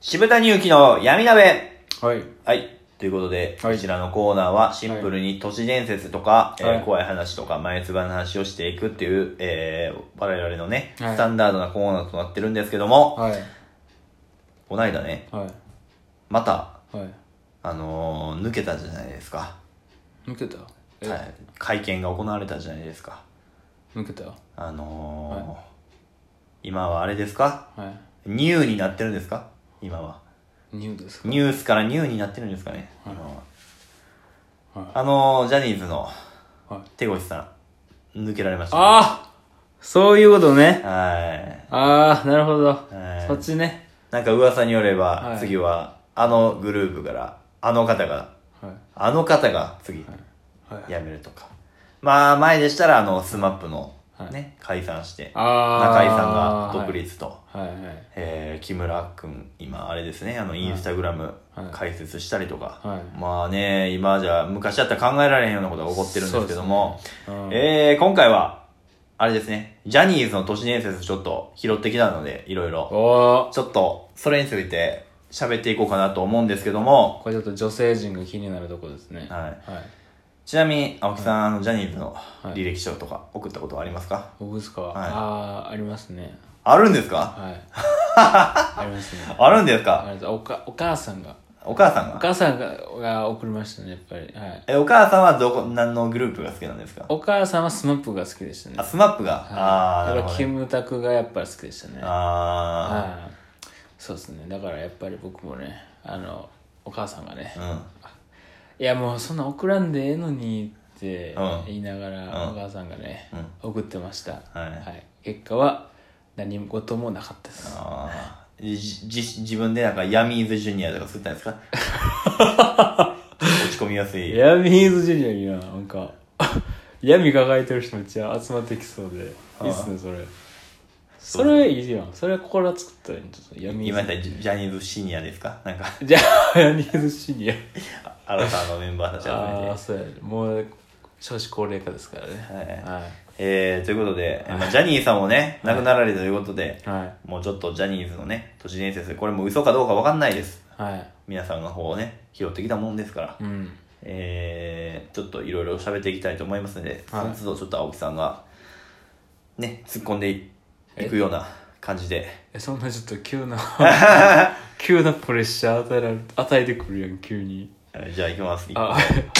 渋谷祐樹の闇鍋。 はい。 はい。ということで、 はいこちらのコーナーはシンプルに都市伝説とか、 はい怖い話とか、前つばの話をしていくっていう、我々のね、 はいスタンダードなコーナーとなってるんですけども、 はい。 こないだね、 はい。 また、 はい。 抜けたじゃないですか。 抜けた？ はい。会見が行われたじゃないですか。 抜けた？ 今はあれですか？ はニューになってるんですか？今は。 い。ニューですか？ ニュースからニューになってるんですかね、 はい今は。 はい。 ジャニーズのはい。 手越さん、抜けられました、 ああ、そういうことね。 はい。 ああ、なるほど。 はいそっちね。 なんか噂によれば、 はい次は、あのグループから、あの方が次、 はい。 辞めるとか。まあ、前でしたら、スマップの、 はいね、解散して、 ああ。 中居さんが独立と、 はいはい。 木村くん、今、あれですね、インスタグラムはい開設したりとか、 はいまあね、今じゃ、昔だったら考えられへんようなことが起こってるんですけども、 そうですね今回は、あれですね、ジャニーズの都市伝説ちょっと拾ってきたので、いろいろ、 おー。 ちょっと、それについて喋っていこうかなと思うんですけども、 これちょっと女性陣が気になるとこですね。 はいはい。 ちなみに、青木さん、ジャニーズのはい履歴書とか送ったことはありますか？ 僕ですか？ はいああ、ありますね。 あるんですか？ はい。ありますね。 あるんですか？ あれお母さんが。 お母さんがお母さんが送りましたね、やっぱり。はい。 お母さんは何のグループが好きなんですか？ お母さんはスマップが好きでしたね。 あ、スマップが。 はい、 ああ、なるほど、 だからキね。 ムタクがやっぱり好きでしたね。 あはい。そうですね。だからやっぱり僕もね、お母さんがね、 あ、 いやもうそんな送らんでええのにってうん言いながら、 うんお母さんがね、 う送ってました。 はい結果は何事もなかったです。 ああ。自分でなんかヤミーズジュニアとか作ったんですか？落ち込みやすい。 ヤミーズジュニアになんか闇抱えてる人めっちゃ集まってきそうでいいっすねそれ。それいいやん。それ心作ったらいいんちょっと闇今やったらジャニーズシニアですか？なんかじゃあヤミーズシニアアラサーのメンバーたち集めて。 ああそうやね。もう少子高齢化ですからね。 はいはいということで、まあ、ジャニーさんもね、亡くなられたということで、 はいもうちょっとジャニーズのね、都市伝説、これも嘘かどうかわかんないです。 はい皆さんの方をね、拾ってきたもんですから、 うんちょっといろいろ喋っていきたいと思いますので、 はいその都度ちょっと青木さんが、ね、突っ込んでいくような感じで。 そんなちょっと急な急なプレッシャー与えてくるやん急に。 じゃあ行きます。 あはい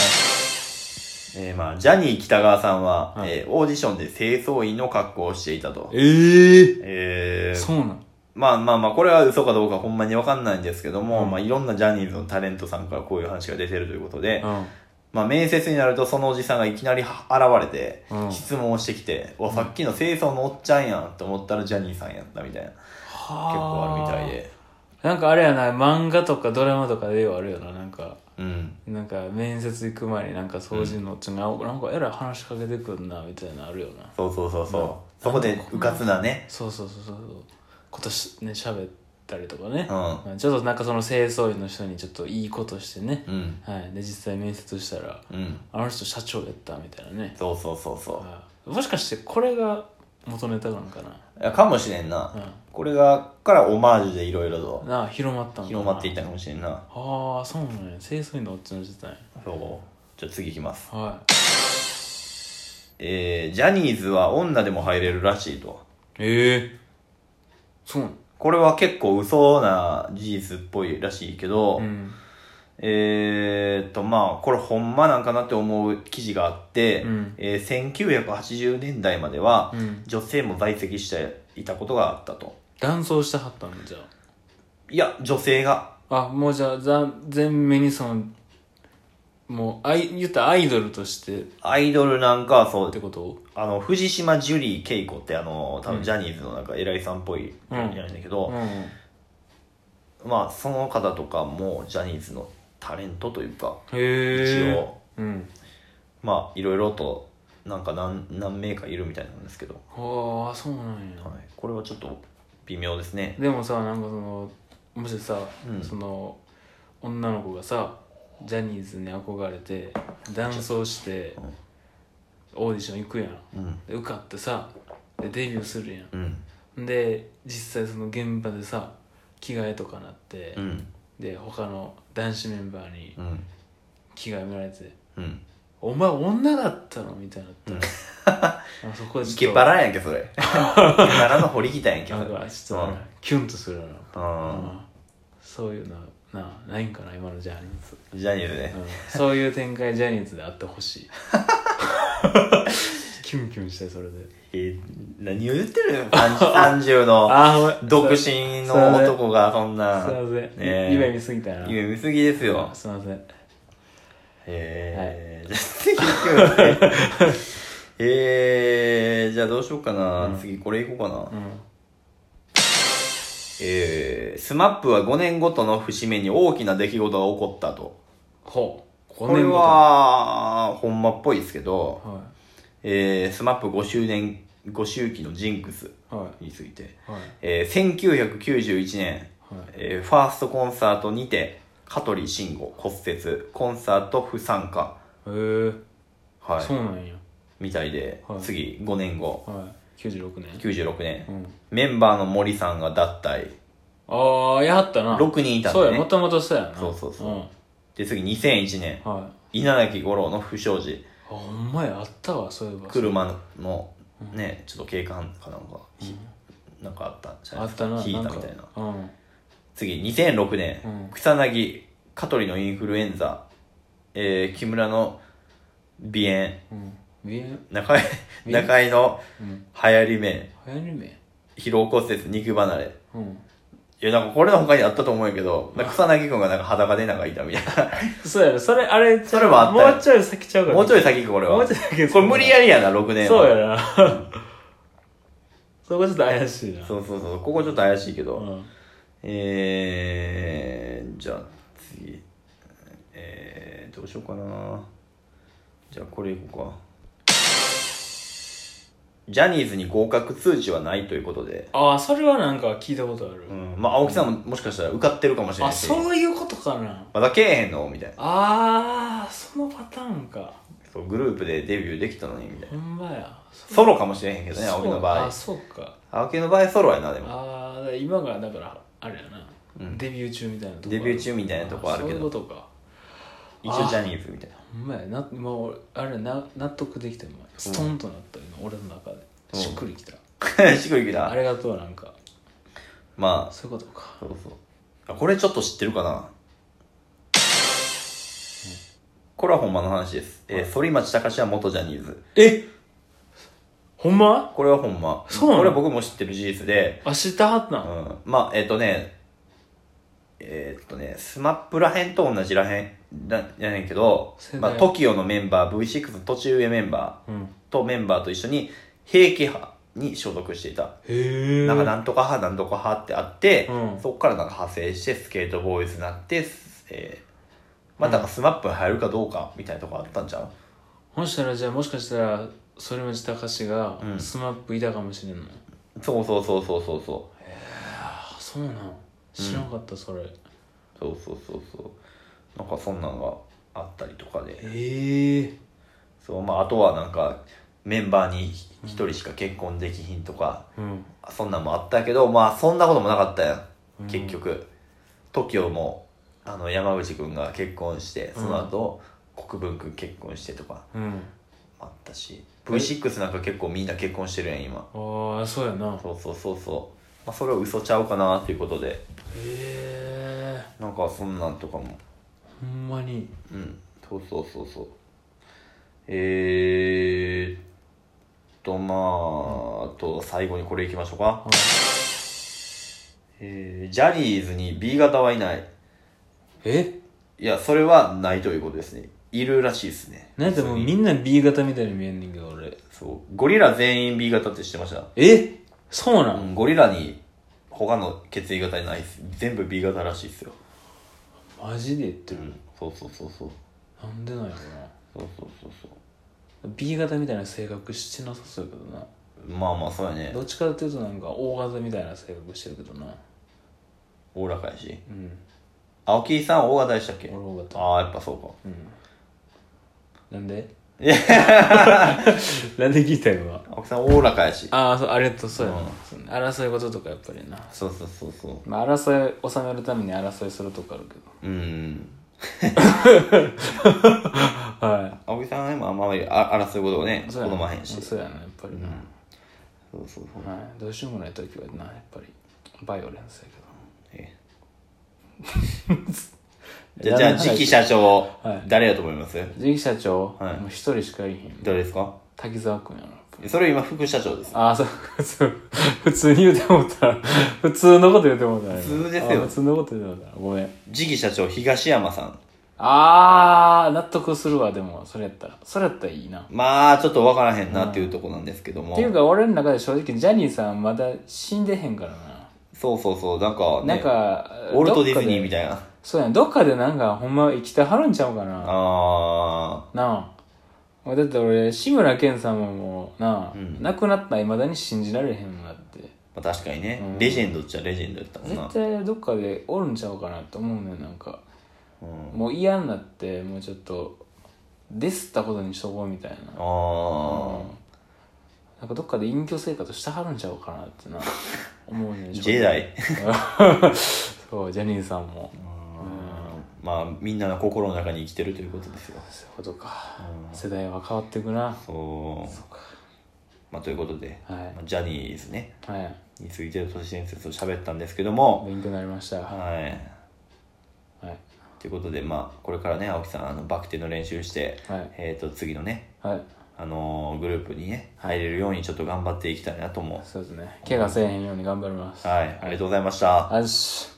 まあ、ジャニー喜多川さんは、 はいオーディションで清掃員の格好をしていたと。 そうなんまあ、これは嘘かどうかほんまにわかんないんですけども、 うんまあ、いろんなジャニーズのタレントさんからこういう話が出てるということで、 うんまあ、面接になるとそのおじさんがいきなり現れて、 うん質問をしてきて、さっきの清掃のおっちゃんやんと思ったらジャニーさんやったみたいな、結構あるみたいで。 なんかあれやな、漫画とかドラマとかでよあるよな、なんか面接行く前になんか掃除のおっちゃんが、なんかえらい話しかけてくんなみたいなのあるよな。 そう。そこでうかつなね。 そうことね喋ったりとかね、 うちょっとなんかその清掃員の人にちょっといいことしてね、 ん。 はい、で実際面接したら、あの人社長やったみたいなね。 そう。 もしかしてこれが元ネタなんかな。 いやかもしれんな。 うんこれが、からオマージュでいろいろとなあ広まったんかな。 広まっていったかもしれんな。 ああそうなんや。清掃員のおっちゃんしてたんや。 そう。じゃあ次いきます。 はジャニーズは女でも入れるらしいと。 い。そうなの。 これは結構嘘な事実っぽいらしいけど、 うんまあ、これほんまなんかなって思う記事があって、 うん 1980年代までは、 うん女性も在籍していたことがあったと。 男装してはったんじゃいや、女性が。 あ。もうじゃあ全面にそのもう言ったらアイドルとしてっアイドルなんかはそうて、こと藤島ジュリー恵子って多分ジャニーズのなんか偉いさんっぽいうんやるんだけど、まあ、その方とかもジャニーズのタレントというか、 へえ。 一応、 うんまあ、いろいろと、なんか何名かいるみたいなんですけど、 はあそうなんや、 はい、これはちょっと微妙ですね。 でもさなんかそのもしさ、 うんその女の子がさジャニーズに憧れて男装してオーディション行くやん、で受かってさでデビューするやん、 うん。 で実際その現場でさ着替えとかなって、 うん、 で他の男子メンバーに着替え見られて、 うん、 お前女だったのみたいになったら、そこでイケパラやんけそれ。イケパラの堀来たやんけそれ。 なんかちょっと、キュンとするよな、 うん、 そういうのないんかな今のジャニーズ。 ジャニーズね、 そういう展開ジャニーズであってほしい。キュンキュンしてそれで。 何を言ってるの30の独身の男がそんな。 すいません、夢見すぎたな。 夢見すぎですよ。 すいません。 じゃあ次行くよ。じゃあどうしようかな、次これいこうかな。スマップは5年ごとの節目に大きな出来事が起こったと。 これはほんまっぽいですけど、スマップ5周期のジンクスについて、1991年、ファーストコンサートにて香取慎吾骨折、コンサート不参加。 そうなんやみたいで、次5年後、 96年、 メンバーの森さんが脱退。 やったな。 6人いたんだね。 そうや、もともとそうやな。 そう。で次2001年、稲垣吾郎の不祥事。 ほんまや、あったわ、そういえば。 車のね、ちょっと警官かなんか、なんかあったんじゃないですか。引いたみたいな。次2006年、草薙香取のインフルエンザ、木村の鼻炎、中井の流行り目、疲労骨折、肉離れ。いや、なんかこれの他にあったと思うんやけど、草薙くんがなんか裸でなんかいたみたいな。 そうやろ、それもあった。 もうちょい先ちゃうから。 もうちょい先か、これは。 もうちょい先。 これ無理やりやな、6年は。 そうやな。そこちょっと怪しいな。 そう。ここちょっと怪しいけど。じゃあ次。どうしようかな。じゃあこれいこうか。ジャニーズに合格通知はないということで。 それはなんか聞いたことある。 まあ青木さんももしかしたら受かってるかもしれないし。 そういうことかな。 まだけえへんのみたいな。そのパターンか。 そう、グループでデビューできたのにみたいな。 ほんまや。 ソロかもしれへんけどね、青木の場合。 そうか。 青木の場合ソロやな、でも。 今がだからあれやな、デビュー中みたいなとこ。 デビュー中みたいなとこあるけど。 そういうことか。 一応ジャニーズみたいな。 ほんまやもうあれ納得できてもストンとなった今、俺の中でしっくりきた。 しっくりきた。 ありがとう。なんかまあそういうことか。 そうこれちょっと知ってるかな。これはほんまの話です。反町隆史は元ジャニーズ。 ほんま？ これはほんま。 そうなの？ これ僕も知ってる事実で。 知ってはったん？ まあスマップらへんと同じらへんやねんけど、まあ TOKIO のメンバー V6 の途中上メンバーとメンバーと一緒に平家派に所属していた。なんかなんとか派なんとか派ってあって、そこからなんか派生してスケートボーイズになって、まあだからスマップに入るかどうかみたいなとこあったんちゃう？ もしかしたら反町隆史がスマップいたかもしれんの？ そう。 そうなん知らなかった、それ。 そうなんかそんなんがあったりとかで。そう、まああとはなんかメンバーに一人しか結婚できひんとか、そんなんもあったけど、まあそんなこともなかったやん、結局。TOKIO も山口くんが結婚して、その後、国分くん結婚してとかあったし、V6 なんか結構みんな結婚してるやん今。 そうやな。 そうまあそれは嘘ちゃうかなっていうことで。なんかそんなんとかもほんまに。 そうまああと最後にこれいきましょうか。ジャニーズに B 型はいない。いやそれはないということですね。いるらしいですね。 なんでもみんな B 型みたいに見えんねんけど俺。 そうゴリラ全員 B 型って知ってました？ そうなん？ ゴリラに他の血液型にないです。全部 B 型らしいですよ。 マジで言ってる？ そうなんでなんやろな。 そう B 型みたいな性格してなさそうやけどな。 まあそうやね。 どっちかっていうとなんか O 型みたいな性格してるけどな。 おおらかやし。青木さん O 型でしたっけ？ 俺 O 型。 やっぱそうか。 なんで？ なんで聞いたよ今。 青木さんおおらかやし。 ああ、そう、ありがとう。そうやな、争い事とかやっぱりな。 そうそうそうそう。 まあ争い収めるために争いするとこあるけど。はい。 青木さんは今あんまり争いことをね好まへんし。 そうやな、やっぱりな。 そうそうそう。 はい。どうしようもない時はな、やっぱりバイオレンスやけど。 じゃあ次期社長、誰やと思います？ 次期社長、もう一人しかいへん。 誰ですか？ 滝沢くんやな。 それ今副社長です。 ああ、そう、普通に言うてもうたら、普通のこと言うてもうたら。 普通ですよ。 普通のこと言うてもうたら。ごめん。 次期社長、東山さん。 あー、納得するわ、でも、それやったらいいな。 まあ、ちょっとわからへんなっていうとこなんですけども。 っていうか、俺の中で正直、ジャニーさんまだ死んでへんからな。 そうそうそう、なんか、ね、 なんか、 ウォルト・ディズニーみたいな。 そうやん、どっかでなんか、ほんま生きてはるんちゃうかな。 あー。なあ。だって俺、志村けんさんもなあ、亡くなったら未だに信じられへんのだって。 まあ、確かにね、レジェンドっちゃレジェンドやったもんな。 絶対どっかでおるんちゃうかなって思うねん、なんか。もう嫌になって、もうちょっと、ディスったことにしとこうみたいな。なんかどっかで隠居生活してはるんちゃうかなってな、思うねん。 ジェダイ。 そう、ジャニーさんも。 まあ、みんなの心の中に生きてるということですよ。 そういうことか。世代は変わっていくな。 そうか。まあ、ということで、ジャニーズね、についてる都市伝説を喋ったんですけども、 勉強になりました。 はい。ということで、まあ、これからね、青木さん、バク転の練習して、次のね、グループにね、入れるようにちょっと頑張っていきたいなと思う。 そうですね。怪我せえへんように頑張ります。 はい。ありがとうございました。 よし。